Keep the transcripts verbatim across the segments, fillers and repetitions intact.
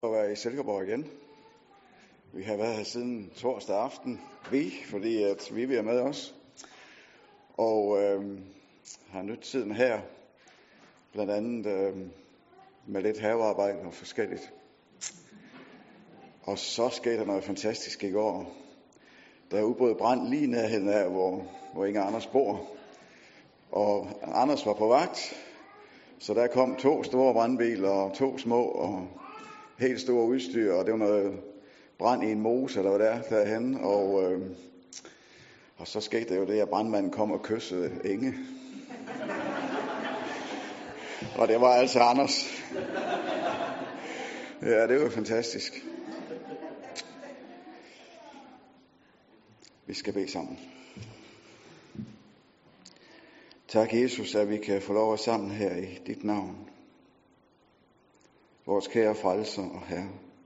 At være i Silkeborg igen. Vi har været her siden torsdag aften. Vi, fordi at vi er med os. Og øh, har nydt tiden her. Blandt andet øh, med lidt havearbejde og forskelligt. Og så skete der noget fantastisk i går. Der udbrød brand lige nærheden af, hvor, hvor Inger Anders bor. Og Anders var på vagt. Så der kom to store brandbiler og to små og helt store udstyr. Og det var noget brand i en mose, eller hvad der derhen. Og, øh, og så skete der jo det, at brandmanden kom og kyssede Inge. Og det var altså Anders. Ja, det var fantastisk. Vi skal bede sammen. Tak, Jesus, at vi kan få lov at sammen her i dit navn. Vores kære frelser og Herre.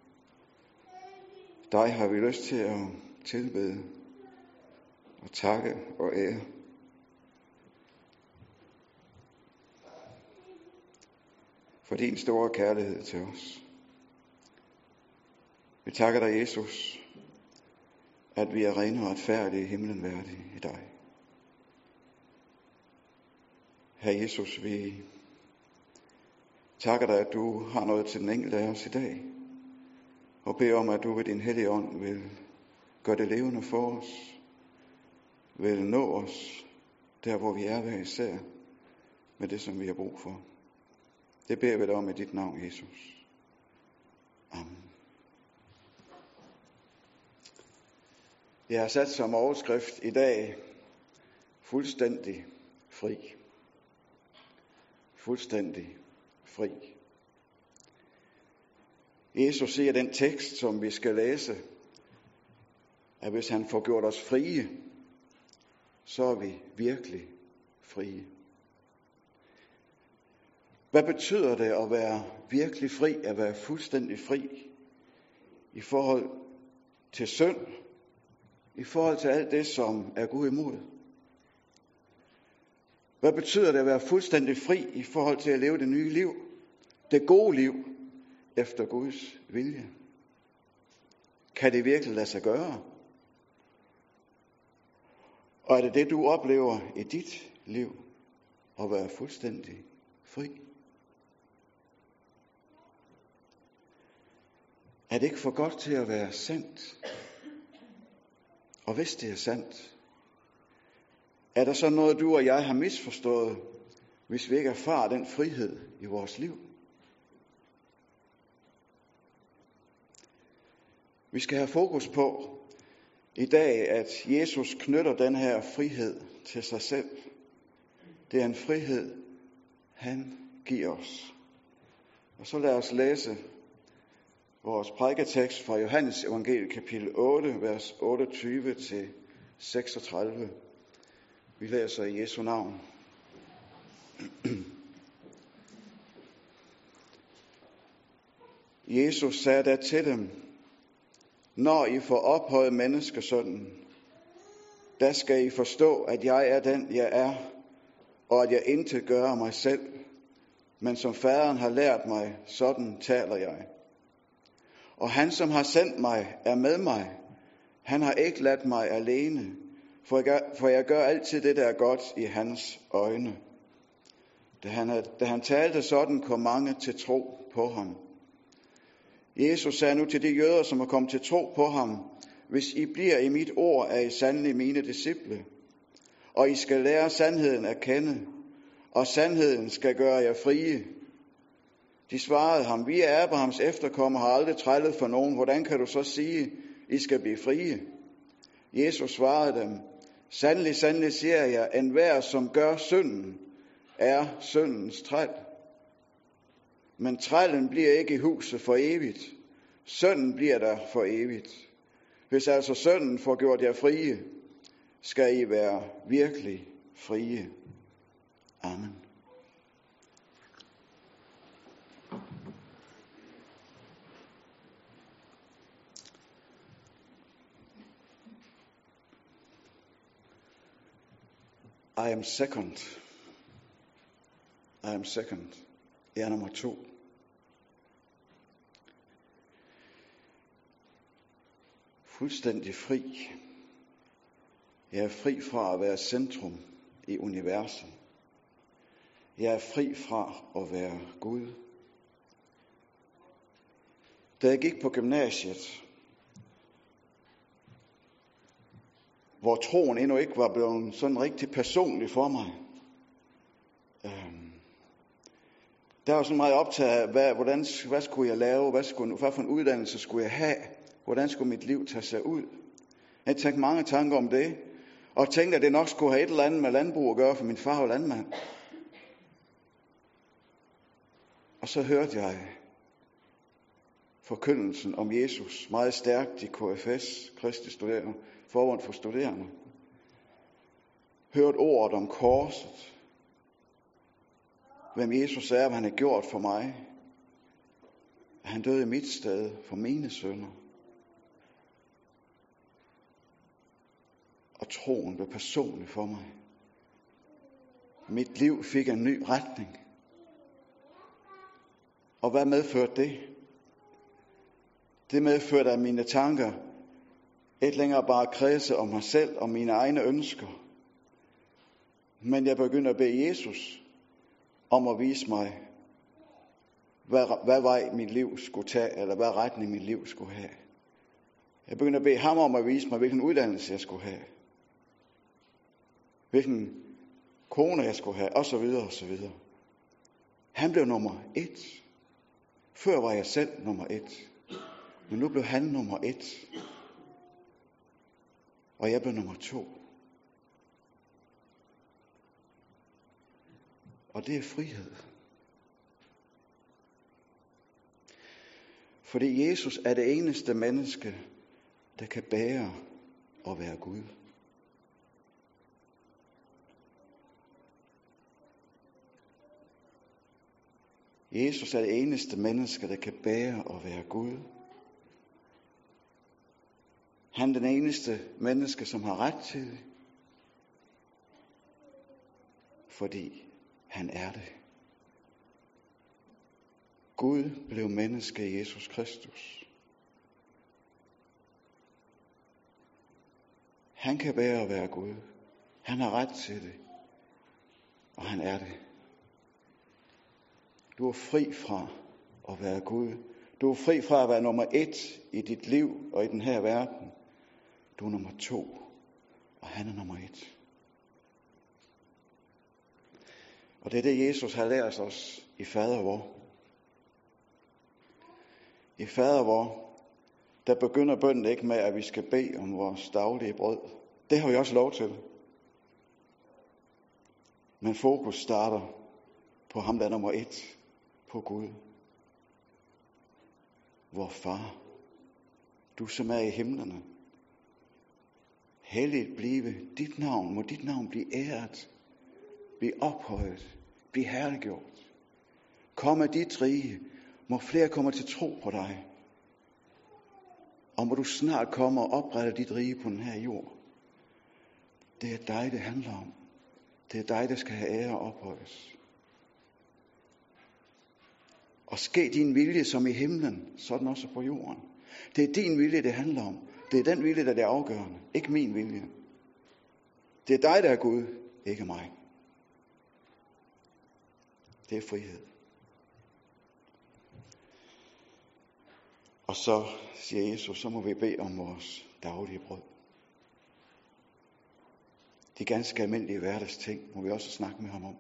Dig har vi lyst til at tilbede og takke og ære. For din store kærlighed til os. Vi takker dig, Jesus, at vi er rene og retfærdige i himlen værdige i dig. Herre Jesus, vi takker dig, at du har noget til den enkelte af os i dag. Og beder om, at du ved din hellige ånd vil gøre det levende for os. Vil nå os der, hvor vi er hver især. Med det, som vi har brug for. Det beder vi dig om i dit navn, Jesus. Amen. Jeg har sat som overskrift i dag, fuldstændig fri. Fuldstændig fri. Jesus siger i den tekst, som vi skal læse, at hvis han får gjort os frie, så er vi virkelig frie. Hvad betyder det at være virkelig fri, at være fuldstændig fri i forhold til synd, i forhold til alt det, som er Gud imod? Hvad betyder det at være fuldstændig fri i forhold til at leve det nye liv, det gode liv, efter Guds vilje? Kan det virkelig lade sig gøre? Og er det det, du oplever i dit liv, at være fuldstændig fri? Er det ikke for godt til at være sandt? Og hvis det er sandt, er der så noget, du og jeg har misforstået, hvis vi ikke erfarer den frihed i vores liv? Vi skal have fokus på i dag, at Jesus knytter den her frihed til sig selv. Det er en frihed, han giver os. Og så lad os læse vores prædiketekst fra Johannes evangeliet kapitel otte, vers otteogtyve til seksogtredive. Vi læser i Jesu navn. Jesus sagde da til dem: når I får ophøjet menneskesønnen, der skal I forstå, at jeg er den, jeg er, og at jeg intet gør af mig selv, men som faderen har lært mig, sådan taler jeg. Og han, som har sendt mig, er med mig. Han har ikke ladt mig alene, for jeg, gør, for jeg gør altid det, der er godt i hans øjne. Da han, da han talte sådan, kom mange til tro på ham. Jesus sagde nu til de jøder, som er kommet til tro på ham: hvis I bliver i mit ord, er I sandelig mine disciple. Og I skal lære sandheden at kende, og sandheden skal gøre jer frie. De svarede ham: vi er Abrahams efterkommere, har aldrig trællet for nogen. Hvordan kan du så sige, I skal blive frie? Jesus svarede dem: sandelig, sandelig siger jeg, enhver som gør synden, er syndens træl. Men trællen bliver ikke i huset for evigt. Synden bliver der for evigt. Hvis altså synden får gjort jer frie, skal I være virkelig frie. Amen. I am second. I am second. Jeg er nummer to. fuldstændig fri. Jeg er fri fra at være centrum i universet. Jeg er fri fra at være Gud. Da jeg gik på gymnasiet, hvor troen endnu ikke var blevet sådan rigtig personlig for mig, øhm, der var sådan meget optaget af, hvad, hvordan, hvad skulle jeg lave, hvad, skulle, hvad for en uddannelse skulle jeg have, hvordan skulle mit liv tage sig ud. Jeg tænkte mange tanker om det, og tænkte, at det nok skulle have et eller andet med landbrug at gøre, for min far var landmand. Og så hørte jeg forkyndelsen om Jesus meget stærkt i K F S, Kristi Studerende, Forbund for Studerende. Hørte ordet om korset, hvem Jesus er, hvad han har gjort for mig. Han døde i mit sted for mine synder. Og troen blev personlig for mig. Mit liv fik en ny retning. Og hvad medførte det? Det medførte, at mine tanker ikke længere bare kredse om mig selv og mine egne ønsker. Men jeg begyndte at bede Jesus om at vise mig, hvad, hvad vej mit liv skulle tage, eller hvad retning mit liv skulle have. Jeg begyndte at bede ham om at vise mig, hvilken uddannelse jeg skulle have. Hvilken kone jeg skulle have, og så videre, og så videre. Han blev nummer et. Før var jeg selv nummer et. Men nu blev han nummer et. Og jeg blev nummer to. Og det er frihed. Fordi Jesus er det eneste menneske, der kan bære at være Gud. Jesus er det eneste menneske, der kan bære at være Gud. Han er den eneste menneske, som har ret til det. Fordi han er det. Gud blev menneske i Jesus Kristus. Han kan bære at være Gud. Han har ret til det. Og han er det. Du er fri fra at være Gud. Du er fri fra at være nummer et i dit liv og i den her verden. Du er nummer to, og han er nummer et. Og det er det, Jesus har lært os i Fader vor. I Fader vor, der begynder bønnen ikke med, at vi skal bede om vores daglige brød. Det har vi også lov til. Men fokus starter på ham, der er nummer et, på Gud. Vor far, du som er i himlene. Helligt blive dit navn, må dit navn blive æret, blive ophøjet, blive herliggjort. Kom med dit rige, må flere komme til tro på dig. Og må du snart komme og oprette dit rige på den her jord. Det er dig, det handler om. Det er dig, der skal have ære og ophøjes. Og ske din vilje som i himlen, sådan også på jorden. Det er din vilje, det handler om. Det er den vilje, der er det afgørende. Ikke min vilje. Det er dig, der er Gud, ikke mig. Det er frihed. Og så siger Jesus, så må vi bede om vores daglige brød. De ganske almindelige hverdagsting må vi også snakke med ham om.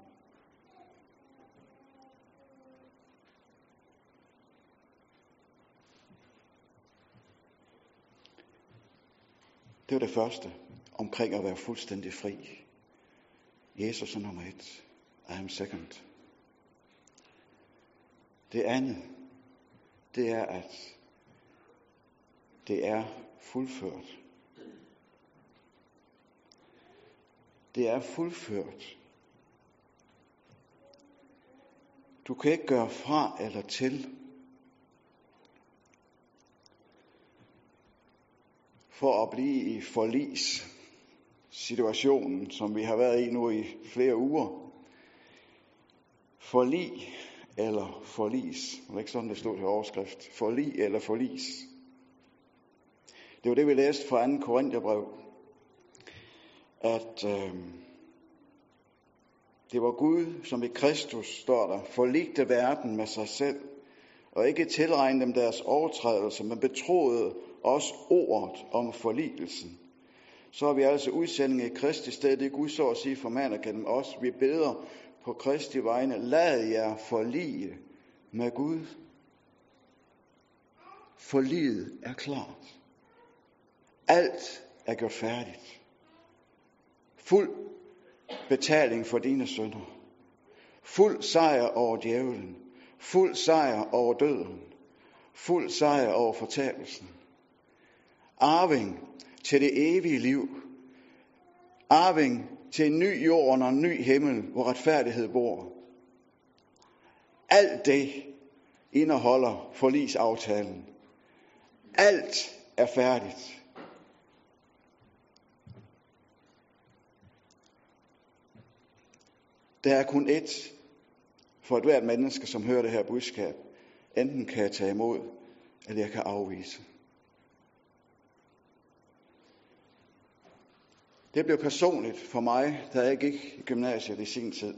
Det var det første, omkring at være fuldstændig fri. Jesus er nummer et. I am second. Det andet, det er, at det er fuldført. Det er fuldført. Du kan ikke gøre fra eller til. For at blive i forlis situationen, som vi har været i nu i flere uger. Forlig eller forlis. Det er ikke sådan, det stod til overskrift. Forlig eller forlis. Det var det, vi læste fra anden Korintherbrev, at øh, det var Gud, som i Kristus, står der, forligte verden med sig selv, og ikke tilregne dem deres overtrædelser, men betroede os ordet om forligelsen. Så er vi altså udsending i Kristi sted, det Gud så at sige formander gennem os. Vi beder på Kristi vegne, lad jer forlige med Gud. Forliget er klart. Alt er gjort færdigt. Fuld betaling for dine synder. Fuld sejr over djævlen. Fuld sejr over døden. Fuld sejr over fortabelsen. Arving til det evige liv. Arving til en ny jord og en ny himmel, hvor retfærdighed bor. Alt det indeholder forligsaftalen. Alt er færdigt. Der er kun ét for et hvert menneske, som hører det her budskab. Enten kan jeg tage imod, eller jeg kan afvise. Det blev personligt for mig, da jeg gik i gymnasiet i sin tid.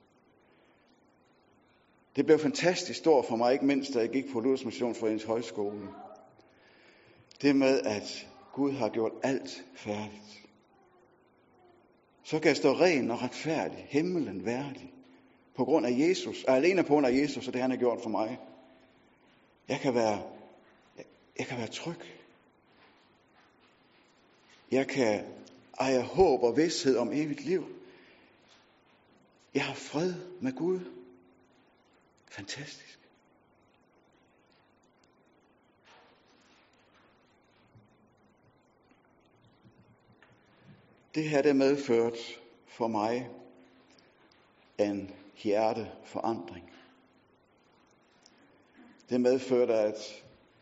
Det blev fantastisk stort for mig, ikke mindst da jeg gik på Luthers Missionsforenings højskole. Det med, at Gud har gjort alt færdigt. Så kan jeg stå ren og retfærdig, himmelen værdig, på grund af Jesus, og alene på grund af Jesus, og det han har gjort for mig. Jeg kan være, jeg, jeg kan være tryg. Jeg kan eje håb og vidsthed om evigt liv. Jeg har fred med Gud. Fantastisk. Det her det medført for mig en hjerteforandring. Det medførte, at,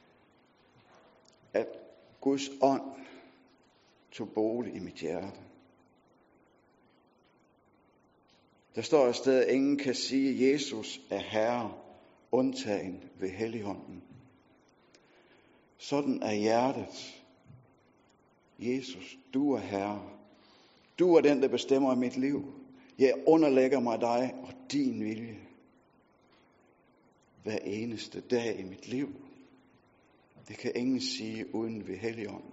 at Guds ånd tog bolig i mit hjerte. Der står et sted, at ingen kan sige, at Jesus er Herre, undtagen ved Helligånden. Sådan er hjertet. Jesus, du er Herre. Du er den, der bestemmer i mit liv. Jeg underlægger mig dig og din vilje. Hver eneste dag i mit liv. Det kan ingen sige uden ved Helligånden.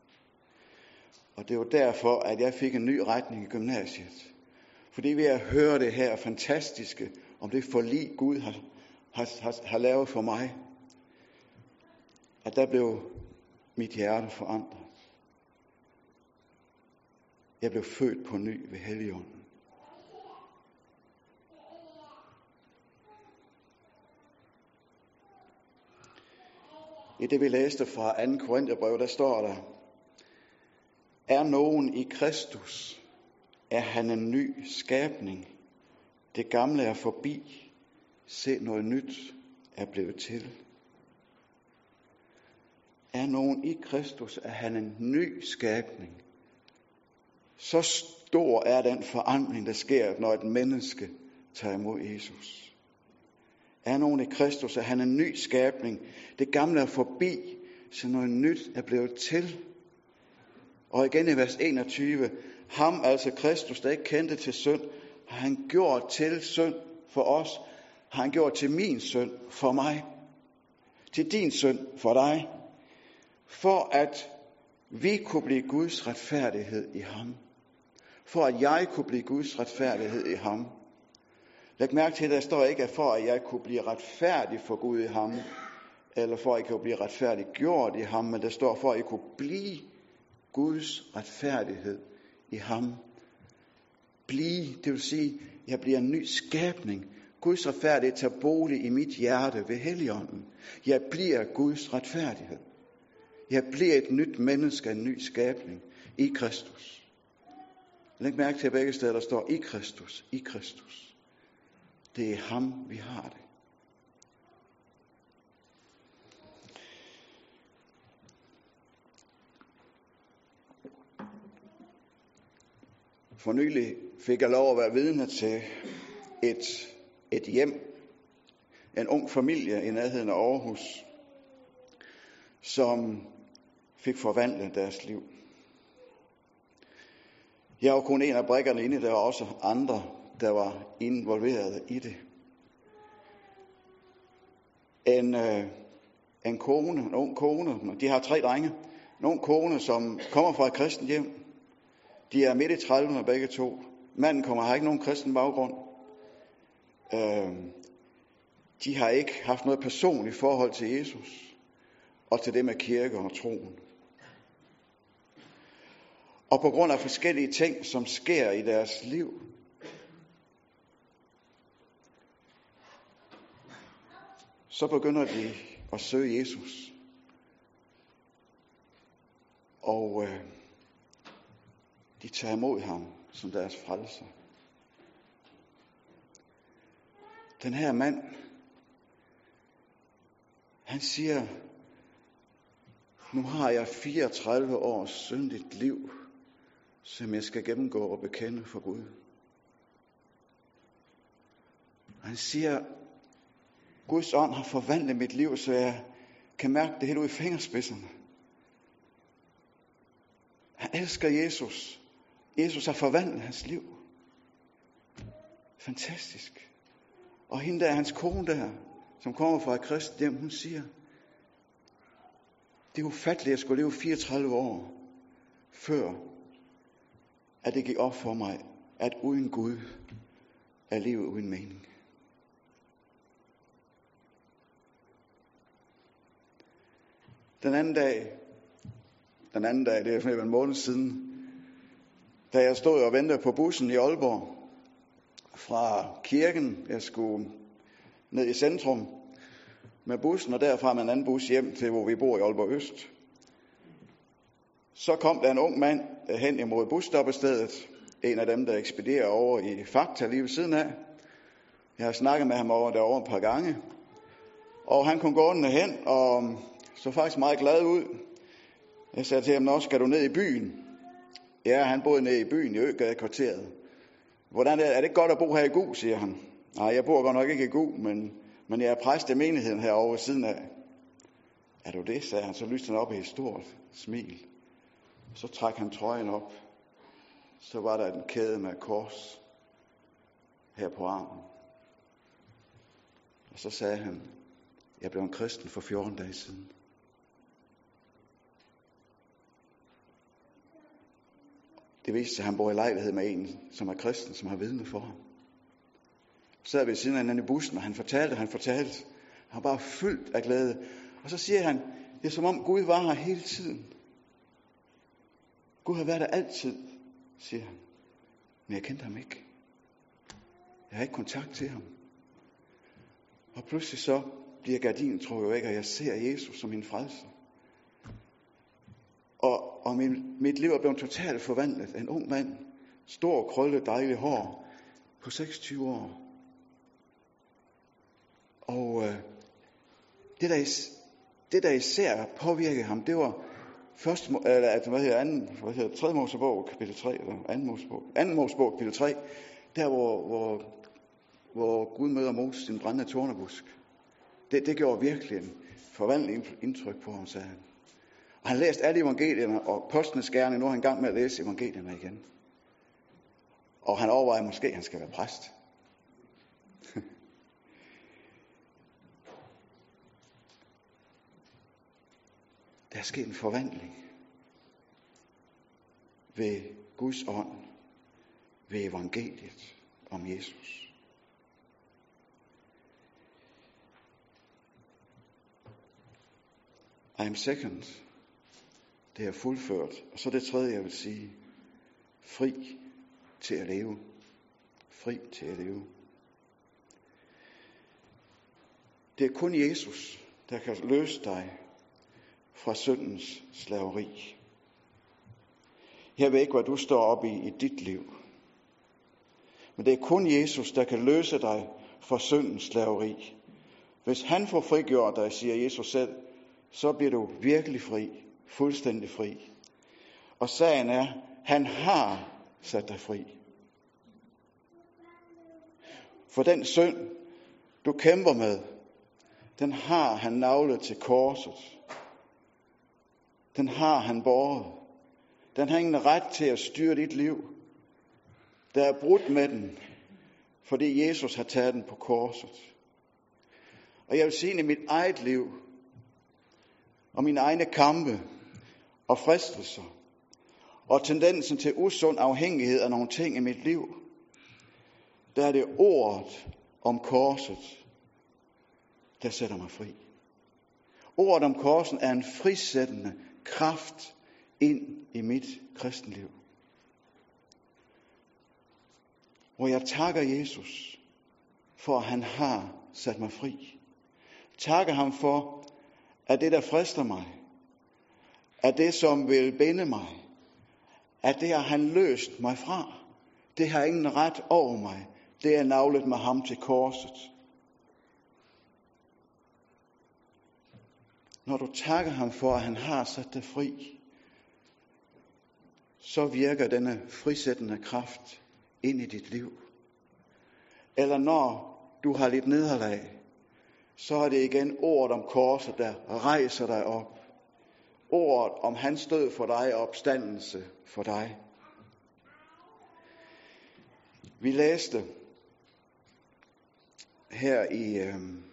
Og det var derfor, at jeg fik en ny retning i gymnasiet. Fordi ved at høre det her fantastiske om det forlig, Gud har, har, har, har lavet for mig, at der blev mit hjerte forandret. Jeg blev født på ny ved Helligånden. I det vi læste fra anden Korintherbrev, der står der, er nogen i Kristus, er han en ny skabning. Det gamle er forbi. Se, noget nyt er blevet til. Er nogen i Kristus, er han en ny skabning. Så stor er den forandring, der sker, når et menneske tager imod Jesus. Er nogen i Kristus, er han en ny skabning. Det gamle er forbi, så noget nyt er blevet til. Og igen i vers enogtyve, ham altså Kristus, der ikke kendte til synd, har han gjort til synd for os, har han gjort til min synd for mig, til din synd for dig, for at vi kunne blive Guds retfærdighed i ham. For at jeg kunne blive Guds retfærdighed i ham. Læg mærke til, at der står ikke, at for at jeg kunne blive retfærdig for Gud i ham, eller for at jeg kunne blive retfærdiggjort i ham, men der står for at jeg kunne blive Guds retfærdighed i ham. Blive, det vil sige, at jeg bliver en ny skabning. Guds retfærdighed tager bolig i mit hjerte ved Helligånden. Jeg bliver Guds retfærdighed. Jeg bliver et nyt menneske, en ny skabning i Kristus. Læg mærke til, at begge steder der står i Kristus, i Kristus. Det er ham, vi har det. For nylig fik jeg lov at være vidne til et, et hjem, en ung familie i nærheden af Aarhus, som fik forvandlet deres liv. Jeg var kun en af brikkerne inde, der var også andre, der var involveret i det. En, øh, en kone, en ung kone, de har tre drenge, en ung kone, som kommer fra et kristen hjem. De er midt i trediverne begge to. Manden kommer har ikke nogen kristen baggrund. Øh, de har ikke haft noget personligt forhold til Jesus og til det med kirke og troen. Og på grund af forskellige ting, som sker i deres liv, så begynder de at søge Jesus. Og øh, de tager imod ham som deres frelser. Den her mand, han siger, nu har jeg fireogtredive års syndigt liv, som jeg skal gennemgå og bekende for Gud. Han siger, Guds ånd har forvandlet mit liv, så jeg kan mærke det helt ud i fingerspidserne. Han elsker Jesus. Jesus har forvandlet hans liv. Fantastisk. Og hende der, hans kone der, som kommer fra et kristent hjem, hun siger, det er ufatteligt, at jeg skulle leve fireogtredive år, før at det gik op for mig, at uden Gud er livet uden mening. Den anden dag, den anden dag, det er for en måned siden, da jeg stod og ventede på bussen i Aalborg fra kirken, jeg skulle ned i centrum med bussen, og derfra med en anden bus hjem til, hvor vi bor i Aalborg Øst. Så kom der en ung mand hen imod busstoppestedet, en af dem, der ekspederer over i Fakta lige ved siden af. Jeg har snakket med ham over derovre et par gange, og han kom gående hen og så faktisk meget glad ud. Jeg sagde til ham, nå, skal du ned i byen? Ja, han boede nede i byen i Øgadekvarteret. Hvordan er, er det ikke godt at bo her i Gu, siger han. Nej, jeg bor godt nok ikke i Gu, men, men jeg er præst i menigheden herovre ved siden af. Er du det, sagde han, så lyste han op i et stort smil. Så trak han trøjen op. Så var der en kæde med kors her på armen. Og så sagde han, jeg blev en kristen for fjorten dage siden. Det viste sig, at han bor i lejlighed med en, som er kristen, som har vidne for ham. Så sad vi ved siden af hinanden i bussen, og han fortalte, han fortalte. Han var bare fyldt af glæde. Og så siger han, det er som om Gud var her hele tiden. Gud har været der altid, siger han. Men jeg kendte ham ikke. Jeg har ikke kontakt til ham. Og pludselig så bliver gardinen trukket væk, og jeg ser Jesus som min frelser. Og, og min, mit liv er blevet totalt forvandlet. En ung mand, stor, krøllet, dejlig hår, på seksogtyve år. Og øh, det, der, det, der især påvirkede ham, det var først, eller, at, hvad hedder, anden, hvad hedder tredje Mosebog, kapitel tre, eller anden Mosebog, anden Mosebog, kapitel tre, der hvor, hvor, hvor Gud møder Moses i en brændende tornebusk. Det, det gjorde virkelig en forvandlet indtryk på ham, sagde han. Og han læste alle evangelierne, og postens gerne, nu er han i gang med at læse evangelierne igen. Og han overvejer måske, at han skal være præst. Der er sket en forvandling ved Guds ånd, ved evangeliet om Jesus. I am second. Det er fuldført. Og så det tredje, jeg vil sige. Fri til at leve. Fri til at leve. Det er kun Jesus, der kan løse dig fra syndens slaveri. Jeg ved ikke, hvad du står op i i dit liv. Men det er kun Jesus, der kan løse dig fra syndens slaveri. Hvis han får frigjort dig, siger Jesus selv, så bliver du virkelig fri. Fuldstændig fri. Og sagen er, han har sat dig fri. For den synd, du kæmper med, den har han naglet til korset. den har han båret. Den har ingen ret til at styre dit liv. Der er brudt med den, fordi Jesus har taget den på korset. Og jeg vil sige, i mit eget liv, og mine egne kampe, og fristelser, og tendensen til usund afhængighed af nogle ting i mit liv, der er det ordet om korset, der sætter mig fri. Ordet om korset er en frisættende kraft ind i mit kristenliv. Hvor jeg takker Jesus for, at han har sat mig fri. Takker ham for, at det, der frister mig, at det, som vil binde mig, at det har han løst mig fra. Det har ingen ret over mig. Det er naglet med ham til korset. Når du takker ham for, at han har sat dig fri, så virker denne frisættende kraft ind i dit liv. Eller når du har lidt nederlag, så er det igen ordet om korset, der rejser dig op. Ordet om hans død for dig og opstandelse for dig. Vi læste her i, øh,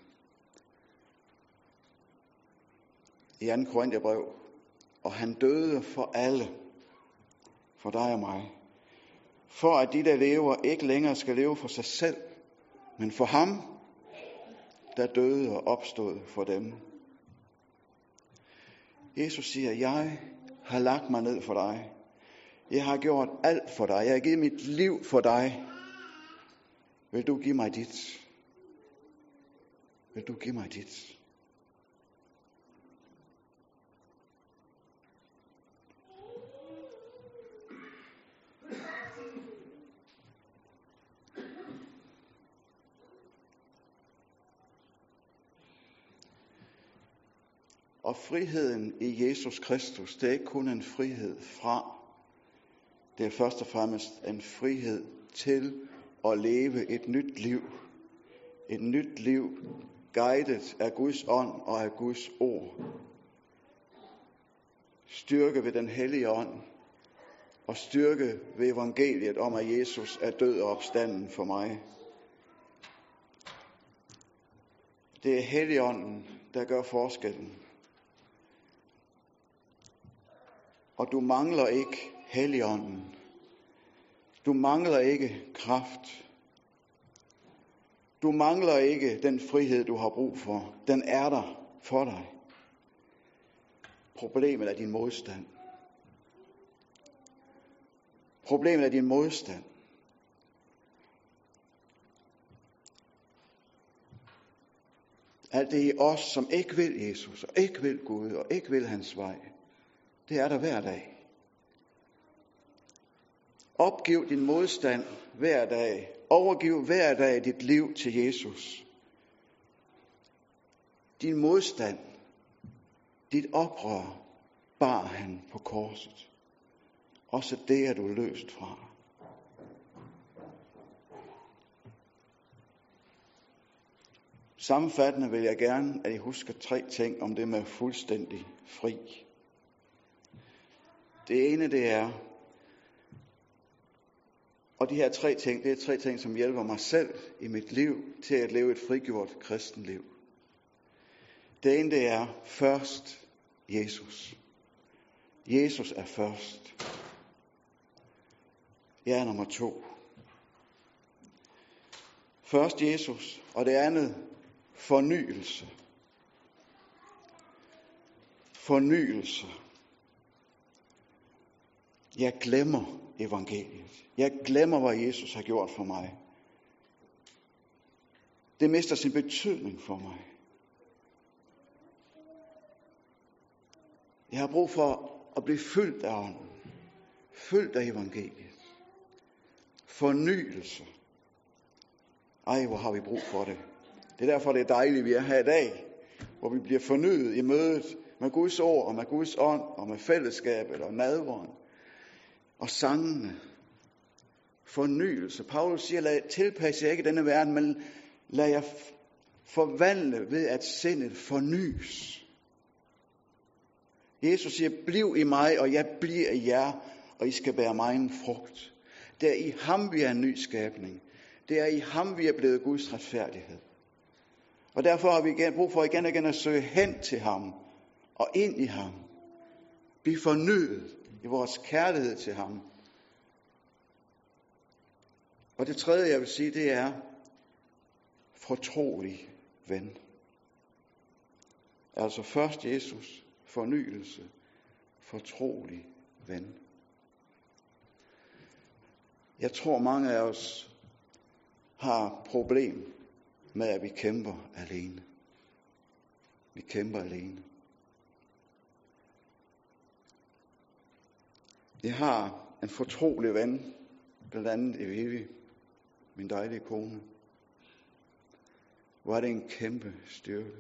i anden Korintherbrev, og han døde for alle, for dig og mig, for at de, der lever, ikke længere skal leve for sig selv, men for ham, der døde og opstod for dem. Jesus siger, jeg har lagt mig ned for dig. Jeg har gjort alt for dig. Jeg har givet mit liv for dig. Vil du give mig dit? Vil du give mig dit? Og friheden i Jesus Kristus, det er ikke kun en frihed fra. Det er først og fremmest en frihed til at leve et nyt liv. Et nyt liv, guidet af Guds ånd og af Guds ord. Styrke ved den hellige ånd, og styrke ved evangeliet om, at Jesus er død og opstanden for mig. Det er Helligånden, der gør forskellen. Og du mangler ikke Helligånden. Du mangler ikke kraft. Du mangler ikke den frihed, du har brug for. Den er der for dig. Problemet er din modstand. Problemet er din modstand. Alt det i os, som ikke vil Jesus, og ikke vil Gud, og ikke vil hans vej, det er der hver dag. Opgiv din modstand hver dag. Overgiv hver dag dit liv til Jesus. Din modstand, dit oprør, bar han på korset. Også det er du løst fra. Sammenfattende vil jeg gerne, at I husker tre ting om det med fuldstændig fri. Det ene, det er, og de her tre ting, det er tre ting, som hjælper mig selv i mit liv til at leve et frigjort kristenliv. Det ene, det er først Jesus. Jesus er først. Jeg er nummer to. Først Jesus, og det andet fornyelse. Fornyelse. Jeg glemmer evangeliet. Jeg glemmer, hvad Jesus har gjort for mig. Det mister sin betydning for mig. Jeg har brug for at blive fyldt af ånden. Fyldt af evangeliet. Fornyelse. Ej, hvor har vi brug for det. Det er derfor, det er dejligt, at vi er her i dag, hvor vi bliver fornyet i mødet med Guds ord og med Guds ånd og med fællesskabet og nadveren og sangene. Fornyelse. Paulus siger, lad tilpasse jer ikke denne verden, men lad jer forvandle ved, at sindet fornyes. Jesus siger, bliv i mig, og jeg bliver i jer, og I skal bære megen frugt. Det er i ham, vi er en ny skabning. Det er i ham, vi er blevet Guds retfærdighed. Og derfor har vi igen brug for igen og igen at søge hen til ham, og ind i ham. Bliv fornyet i vores kærlighed til ham. Og det tredje, jeg vil sige, det er fortrolig ven. Altså først Jesus, fornyelse, fortrolig ven. Jeg tror, mange af os har problem med, at vi kæmper alene. Vi kæmper alene. Jeg har en fortrolig ven, blandt andet i Vivi, min dejlige kone. Hvor er det en kæmpe styrke.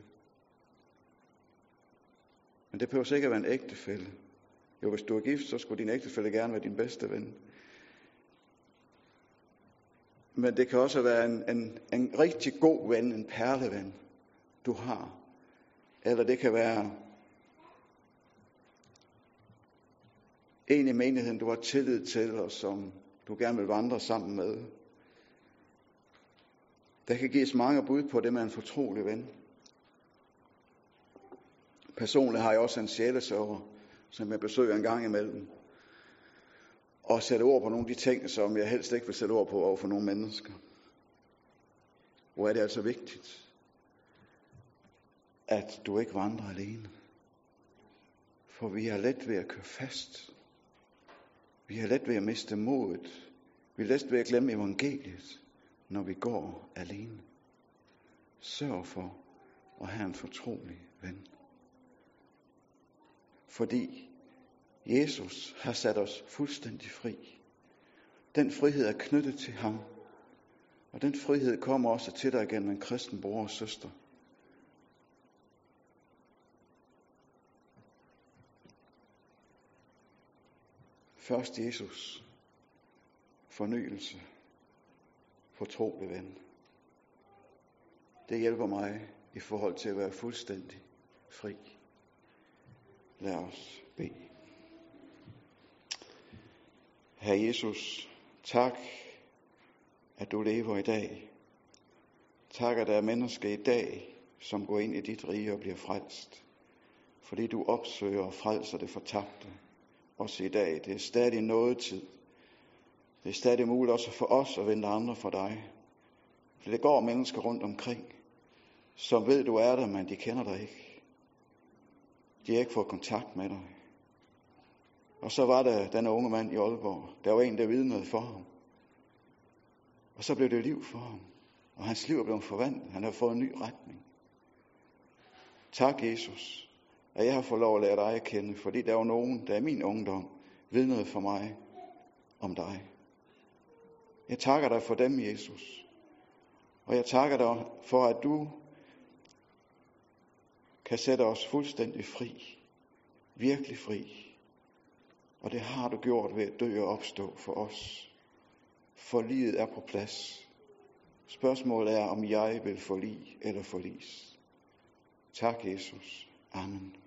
Men det behøver ikke at være en ægtefælle. Jo, hvis du er gift, så skulle din ægtefælle gerne være din bedste ven. Men det kan også være en, en, en rigtig god ven, en perleven, du har. Eller det kan være en i menigheden, du har tillid til, og som du gerne vil vandre sammen med. Der kan gives mange bud på det med en fortrolig ven. Personligt har jeg også en sjælesørger, som jeg besøger en gang imellem. Og sætte ord på nogle af de ting, som jeg helst ikke vil sætte ord på over for nogle mennesker. Hvor er det altså vigtigt, at du ikke vandrer alene. For vi har let ved at køre fast. Vi har let ved at miste modet. Vi har let ved at glemme evangeliet, når vi går alene. Sørg for at have en fortrolig ven. Fordi Jesus har sat os fuldstændig fri. Den frihed er knyttet til ham. Og den frihed kommer også til dig gennem en kristen bror og søster. Først Jesus. Fornyelse. Fortrolig ven. Det hjælper mig i forhold til at være fuldstændig fri. Lad os bede. Herre Jesus, tak, at du lever i dag. Tak, at der er mennesker i dag, som går ind i dit rige og bliver frelst. Fordi du opsøger og frelser det fortabte. Også i dag. Det er stadig nådetid. Det er stadig muligt også for os at vende andre for dig. For det går mennesker rundt omkring, som ved, du er der, men de kender dig ikke. De har ikke fået kontakt med dig. Og så var der den unge mand i Aalborg. Der var en, der vidnede for ham. Og så blev det liv for ham. Og hans liv er blevet forvandlet. Han har fået en ny retning. Tak, Jesus, at jeg har fået lov at lære dig at kende. Fordi der var nogen, der i min ungdom vidnede for mig om dig. Jeg takker dig for dem, Jesus. Og jeg takker dig for, at du kan sætte os fuldstændig fri. Virkelig fri. Og det har du gjort ved at dø og opstå for os. For livet er på plads. Spørgsmålet er, om jeg vil forlige eller forlis. Tak, Jesus. Amen.